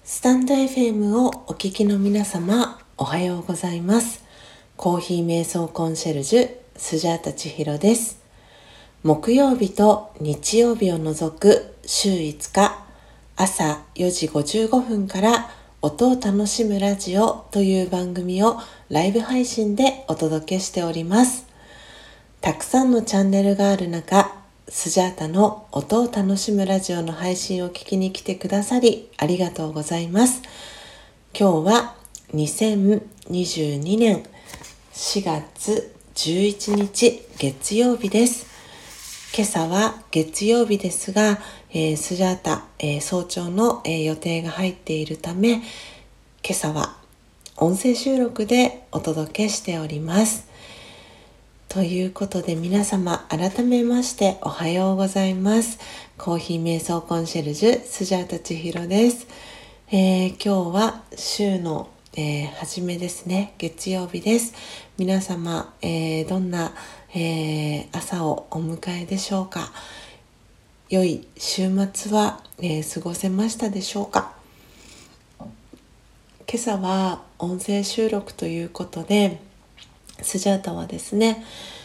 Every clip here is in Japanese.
スタンド FM をお聞きの皆様、おはようございます。コーヒー瞑想コンシェルジュスジャータ千尋です。木曜日と日曜日を除く週5日朝4時55分から音を楽しむラジオという番組をライブ配信でお届けしております。たくさんのチャンネルがある中、スジャータの音を楽しむラジオの配信を聞きに来てくださりありがとうございます。今日は2022年4月11日月曜日です。今朝は月曜日ですが、スジャータ、早朝の、予定が入っているため、今朝は音声収録でお届けしております。ということで皆様改めましておはようございます。コーヒー瞑想コンシェルジュスジャータ千尋です。今日は週の、初めですね。月曜日です。皆様、どんな、朝をお迎えでしょうか。良い週末は、過ごせましたでしょうか。今朝は音声収録ということで、スジャータはですね、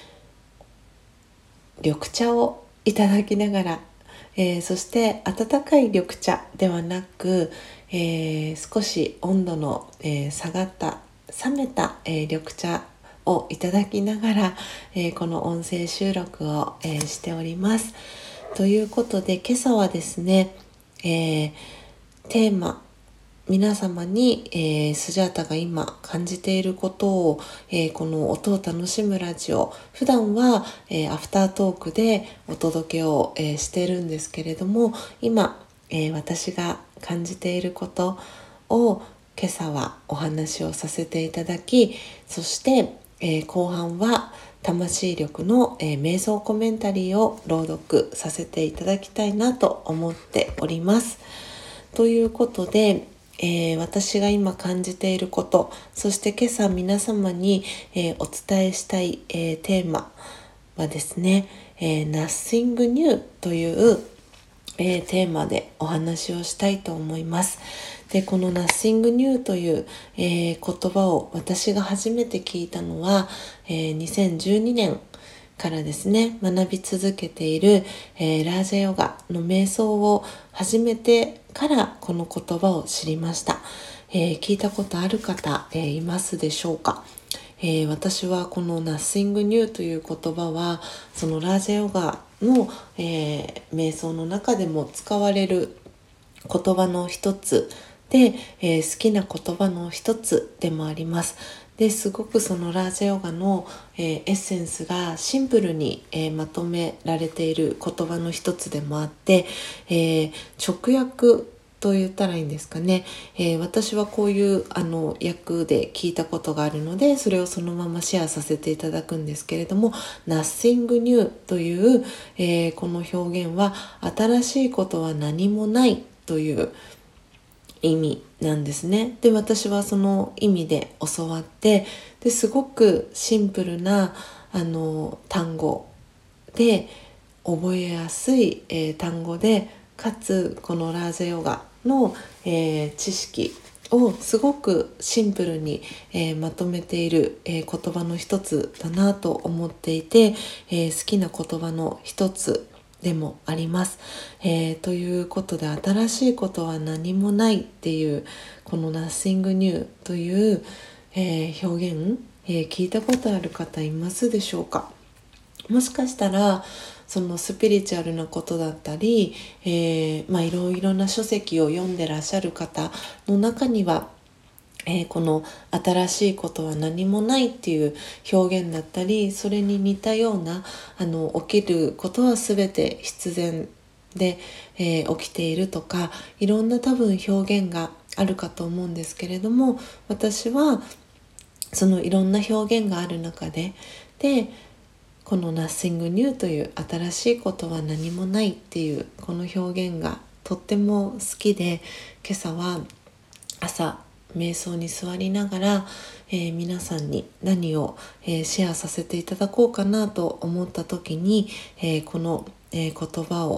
緑茶をいただきながら、そして温かい緑茶ではなく、少し温度の、下がった冷めた、緑茶をいただきながら、この音声収録を、しております。ということで今朝はですね、テーマ皆様に、スジャータが今感じていることを、この音を楽しむラジオ、普段は、アフタートークでお届けを、しているんですけれども、今、私が感じていることを今朝はお話をさせていただき、そして、後半は魂力の、瞑想コメンタリーを朗読させていただきたいなと思っております。ということで、私が今感じていること、そして今朝皆様に、お伝えしたい、テーマはですね、Nothing New という、テーマでお話をしたいと思います。で、この Nothing New という、言葉を私が初めて聞いたのは、2012年からですね、学び続けている、ラージャヨガの瞑想を始めてからこの言葉を知りました。聞いたことある方、いますでしょうか。私はこの Nothing New という言葉はそのラージャヨガの、瞑想の中でも使われる言葉の一つで、好きな言葉の一つでもあります。ですごくそのラージャヨガの、エッセンスがシンプルに、まとめられている言葉の一つでもあって、直訳と言ったらいいんですかね、私はこういう訳で聞いたことがあるので、それをそのままシェアさせていただくんですけれども、 Nothing New という、この表現は新しいことは何もないという意味なんですね。で、私はその意味で教わって、ですごくシンプルな単語で覚えやすい、単語で、かつこのラージャヨガの、知識をすごくシンプルに、まとめている、言葉の一つだなと思っていて、好きな言葉の一つでもあります。ということで、新しいことは何もないっていうこの Nothing New という、表現、聞いたことある方いますでしょうか。もしかしたらそのスピリチュアルなことだったり、いろいろな書籍を読んでらっしゃる方の中には、この新しいことは何もないっていう表現だったり、それに似たような起きることは全て必然で、起きているとか、いろんな多分表現があるかと思うんですけれども、私はそのいろんな表現がある中でこの Nothing New という新しいことは何もないっていうこの表現がとっても好きで、今朝は朝瞑想に座りながら、皆さんに何を、シェアさせていただこうかなと思った時に、この、言葉を、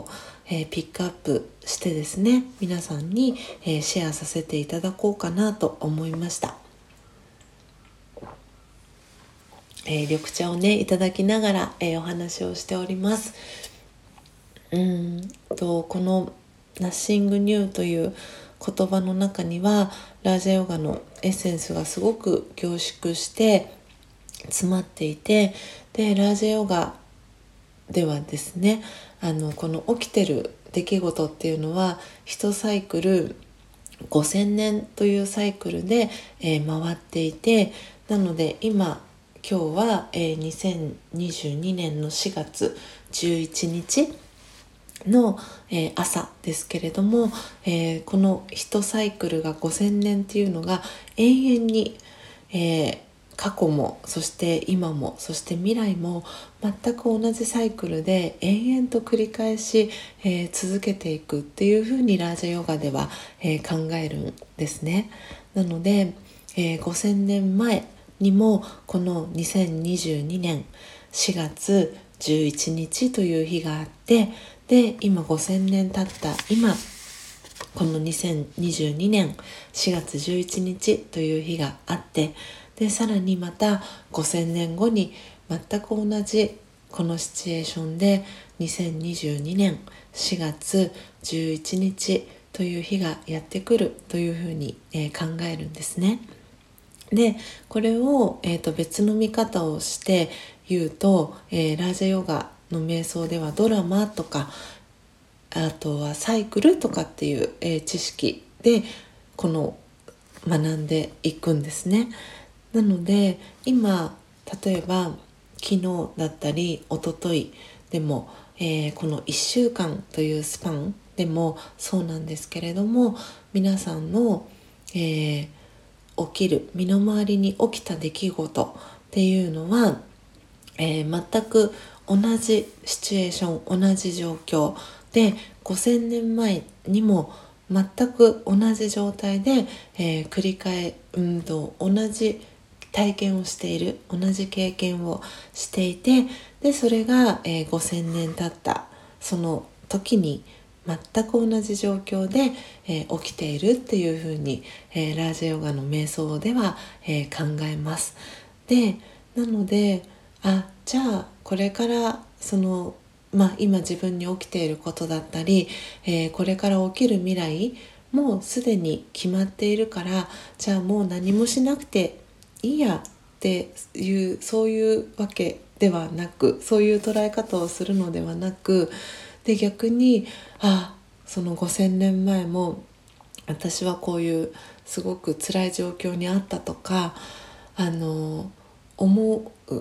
ピックアップしてですね、皆さんに、シェアさせていただこうかなと思いました。緑茶をねいただきながら、お話をしております。このナッシングニューという言葉の中にはラージャヨガのエッセンスがすごく凝縮して詰まっていて、でラージャヨガではですね、この起きてる出来事っていうのは1サイクル5000年というサイクルで、回っていて、なので今日は、2022年の4月11日の、朝ですけれども、この1サイクルが5000年っていうのが永遠に、過去もそして今もそして未来も全く同じサイクルで延々と繰り返し、続けていくっていうふうにラージャヨガでは、考えるんですね。なので、5000年前にもこの2022年4月11日という日があって、で今5000年経った今この2022年4月11日という日があって、でさらにまた5000年後に全く同じこのシチュエーションで2022年4月11日という日がやってくるというふうに、考えるんですね。でこれを、別の見方をして言うと、ラージャヨガの瞑想ではドラマとかあとはサイクルとかっていう、知識でこの学んでいくんですね。なので今例えば昨日だったり一昨日でも、この1週間というスパンでもそうなんですけれども、皆さんの、起きる身の回りに起きた出来事っていうのは、全く同じシチュエーション同じ状況で5000年前にも全く同じ状態で、繰り返同じ体験をしている同じ経験をしていて、でそれが、5000年経ったその時に全く同じ状況で、起きているっていうふうに、ラージャヨガの瞑想では、考えます。でなのでじゃあこれから今自分に起きていることだったり、これから起きる未来もうすでに決まっているから、じゃあもう何もしなくていいやっていうそういうわけではなく、そういう捉え方をするのではなく、で逆にその5000年前も私はこういうすごく辛い状況にあったとか思う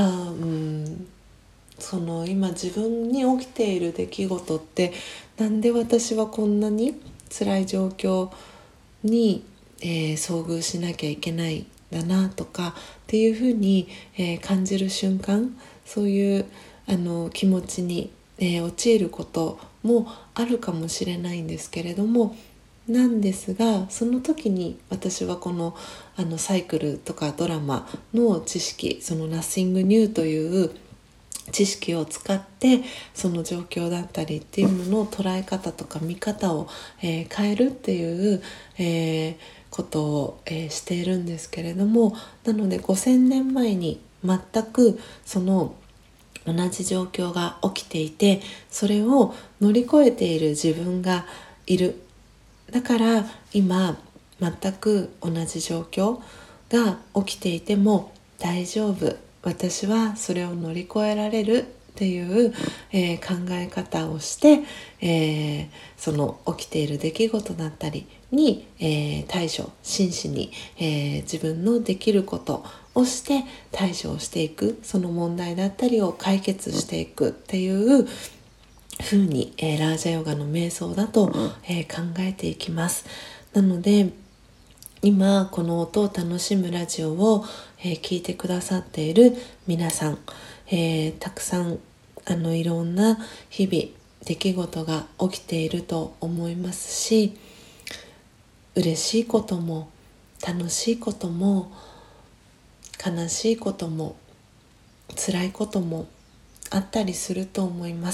その今自分に起きている出来事ってなんで私はこんなに辛い状況に、遭遇しなきゃいけないんだなとかっていうふうに、感じる瞬間、そういう気持ちに、陥ることもあるかもしれないんですけれども、なんですがその時に私はこのサイクルとかドラマの知識、その Nothing New という知識を使ってその状況だったりっていうのの捉え方とか見方を、変えるっていう、ことを、しているんですけれども、なので5000年前に全くその同じ状況が起きていて、それを乗り越えている自分がいる。だから今全く同じ状況が起きていても大丈夫、私はそれを乗り越えられるっていう、考え方をして、その起きている出来事だったりに、対処真摯に、自分のできることをして対処をしていく、その問題だったりを解決していくっていうふうに、ラージャヨガの瞑想だと、考えていきます。なので今この音を楽しむラジオを、聞いてくださっている皆さん、たくさんいろんな日々出来事が起きていると思いますし、嬉しいことも楽しいことも悲しいことも辛いこともあったりすると思います。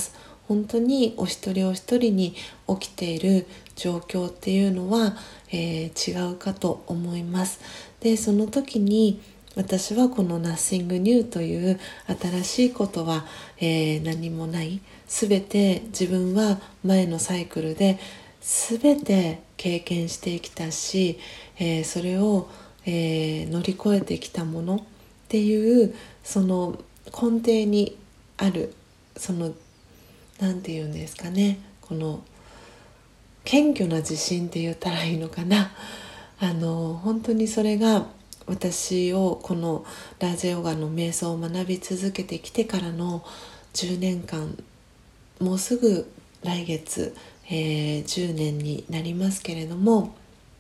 本当にお一人お一人に起きている状況っていうのは、違うかと思います。でその時に私はこの Nothing New という新しいことは、何もない、すべて自分は前のサイクルですべて経験してきたし、それを、乗り越えてきたものっていうその根底にある、そのなんていうんですかね、この謙虚な自信って言ったらいいのかな。本当にそれが私をこのラージャヨガの瞑想を学び続けてきてからの10年間、もうすぐ来月、10年になりますけれども、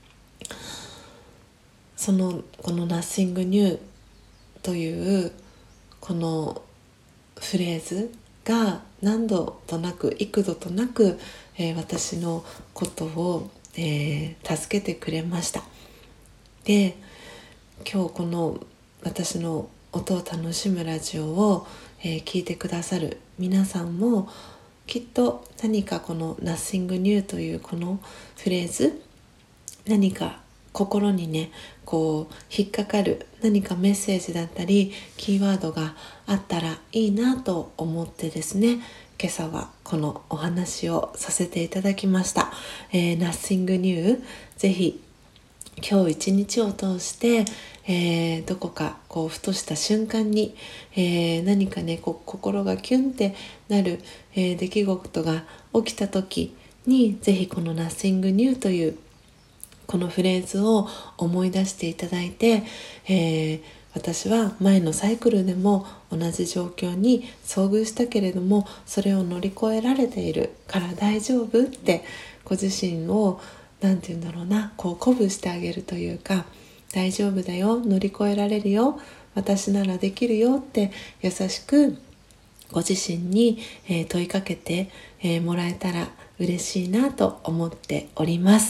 この Nothing New というこのフレーズが何度となく幾度となく、私のことを、助けてくれました。で今日この私の音を楽しむラジオを、聞いてくださる皆さんもきっと何かこの Nothing New というこのフレーズ、何か心にねこう引っかかる何かメッセージだったりキーワードがあったらいいなと思ってですね、今朝はこのお話をさせていただきました。Nothing New、 ぜひ今日一日を通して、どこかこうふとした瞬間に、何かねこう心がキュンってなる、出来事が起きた時にぜひこの Nothing New というこのフレーズを思い出していただいて、私は前のサイクルでも同じ状況に遭遇したけれどもそれを乗り越えられているから大丈夫ってご自身をなんて言うんだろうな、こう鼓舞してあげるというか、大丈夫だよ、乗り越えられるよ、私ならできるよって優しくご自身に、問いかけて、もらえたら嬉しいなと思っております。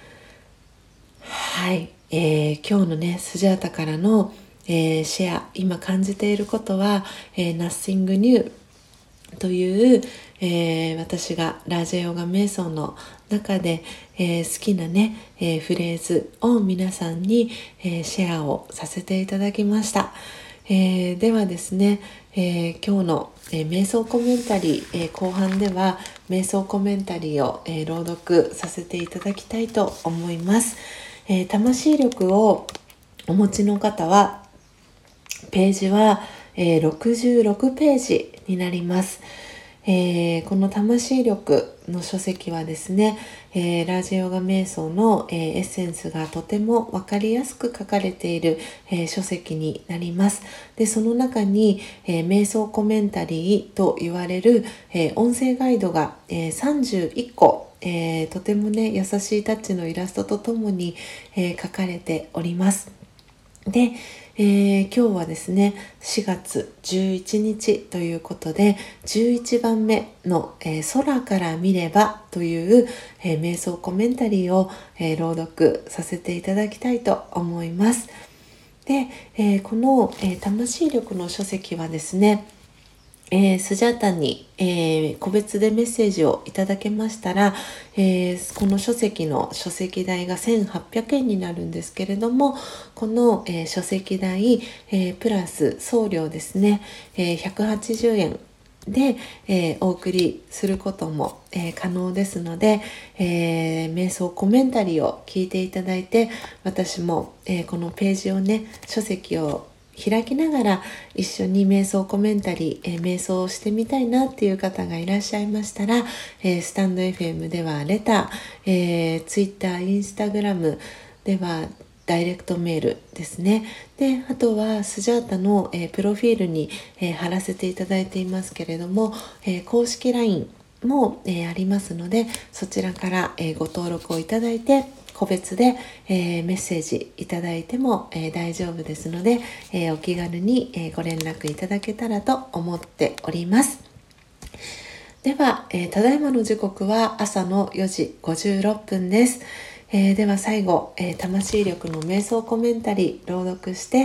はい、今日のねスジャータからの、シェア、今感じていることは、Nothing New という、私がラージャヨガ瞑想の中で、好きなね、フレーズを皆さんに、シェアをさせていただきました。ではですね、今日の、瞑想コメンタリー、後半では瞑想コメンタリーを、朗読させていただきたいと思います。魂力をお持ちの方はページは、66ページになります。この魂力の書籍はですね、ラージャヨガ瞑想の、エッセンスがとても分かりやすく書かれている、書籍になります。でその中に、瞑想コメンタリーと言われる、音声ガイドが、31個、とてもね優しいタッチのイラストとともに、書かれております。で、今日はですね4月11日ということで11番目の、空から見ればという、瞑想コメンタリーを、朗読させていただきたいと思います。で、この、魂力の書籍はですねスジャータに、個別でメッセージをいただけましたら、この書籍の書籍代が1800円になるんですけれども、この、書籍代、プラス送料ですね、180円で、お送りすることも、可能ですので、瞑想コメンタリーを聞いていただいて、私も、このページをね書籍を開きながら一緒に瞑想コメンタリー、瞑想をしてみたいなっていう方がいらっしゃいましたら、スタンド FM ではレター、Twitter、Instagram ではダイレクトメールですね。であとはスジャータの、プロフィールに、貼らせていただいていますけれども、公式 LINE も、ありますのでそちらから、ご登録をいただいて個別で、メッセージいただいても、大丈夫ですので、お気軽に、ご連絡いただけたらと思っております。では、ただいまの時刻は朝の4時56分です。では最後、魂力の瞑想コメンタリー朗読して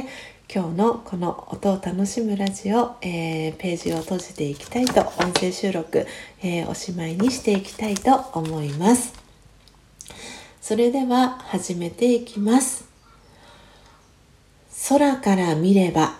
今日のこの音を楽しむラジオ、ページを閉じていきたいと、音声収録、おしまいにしていきたいと思います。それでは始めていきます。空から見れば、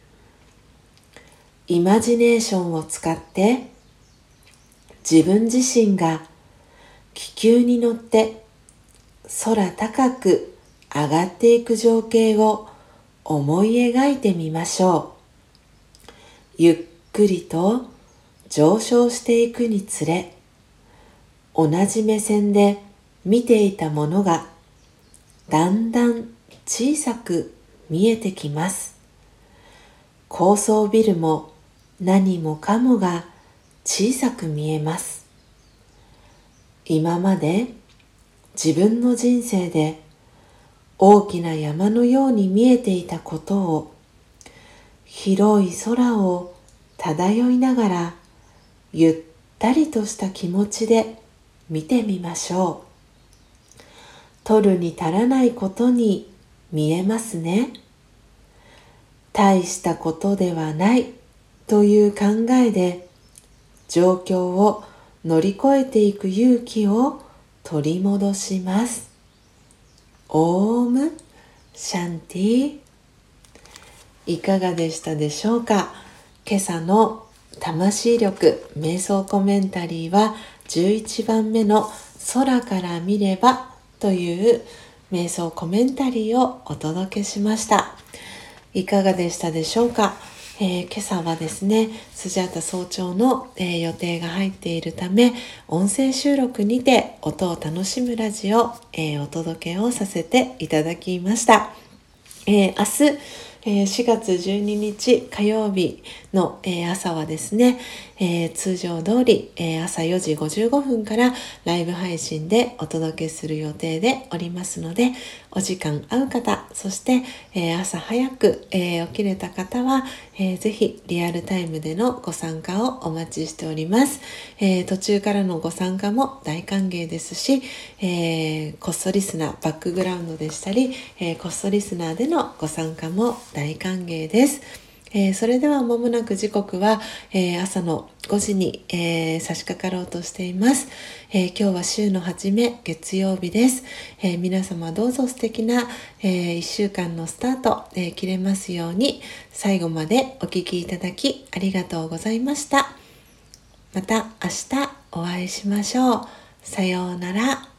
イマジネーションを使って自分自身が気球に乗って空高く上がっていく情景を思い描いてみましょう。ゆっくりと上昇していくにつれ、同じ目線で見ていたものがだんだん小さく見えてきます。高層ビルも何もかもが小さく見えます。今まで自分の人生で大きな山のように見えていたことを、広い空を漂いながらゆったりとした気持ちで見てみましょう。取るに足らないことに見えますね。大したことではないという考えで状況を乗り越えていく勇気を取り戻します。オームシャンティ。いかがでしたでしょうか。今朝の魂力瞑想コメンタリーは11番目の空から見ればという瞑想コメンタリーをお届けしました。いかがでしたでしょうか。今朝はですね、スジャータ早朝の、予定が入っているため、音声収録にて音を楽しむラジオ、お届けをさせていただきました。明日、4月12日火曜日の、朝はですね、通常通り、朝4時55分からライブ配信でお届けする予定でおりますので、お時間合う方、そして、朝早く、起きれた方は、ぜひリアルタイムでのご参加をお待ちしております。途中からのご参加も大歓迎ですし、こっそリスナー、バックグラウンドでしたり、こっそリスナーでのご参加も大歓迎です。それでは間もなく時刻は、朝の5時に、差し掛かろうとしています。今日は週の初め月曜日です。皆様どうぞ素敵な、1週間のスタート、切れますように。最後までお聞きいただきありがとうございました。また明日お会いしましょう。さようなら。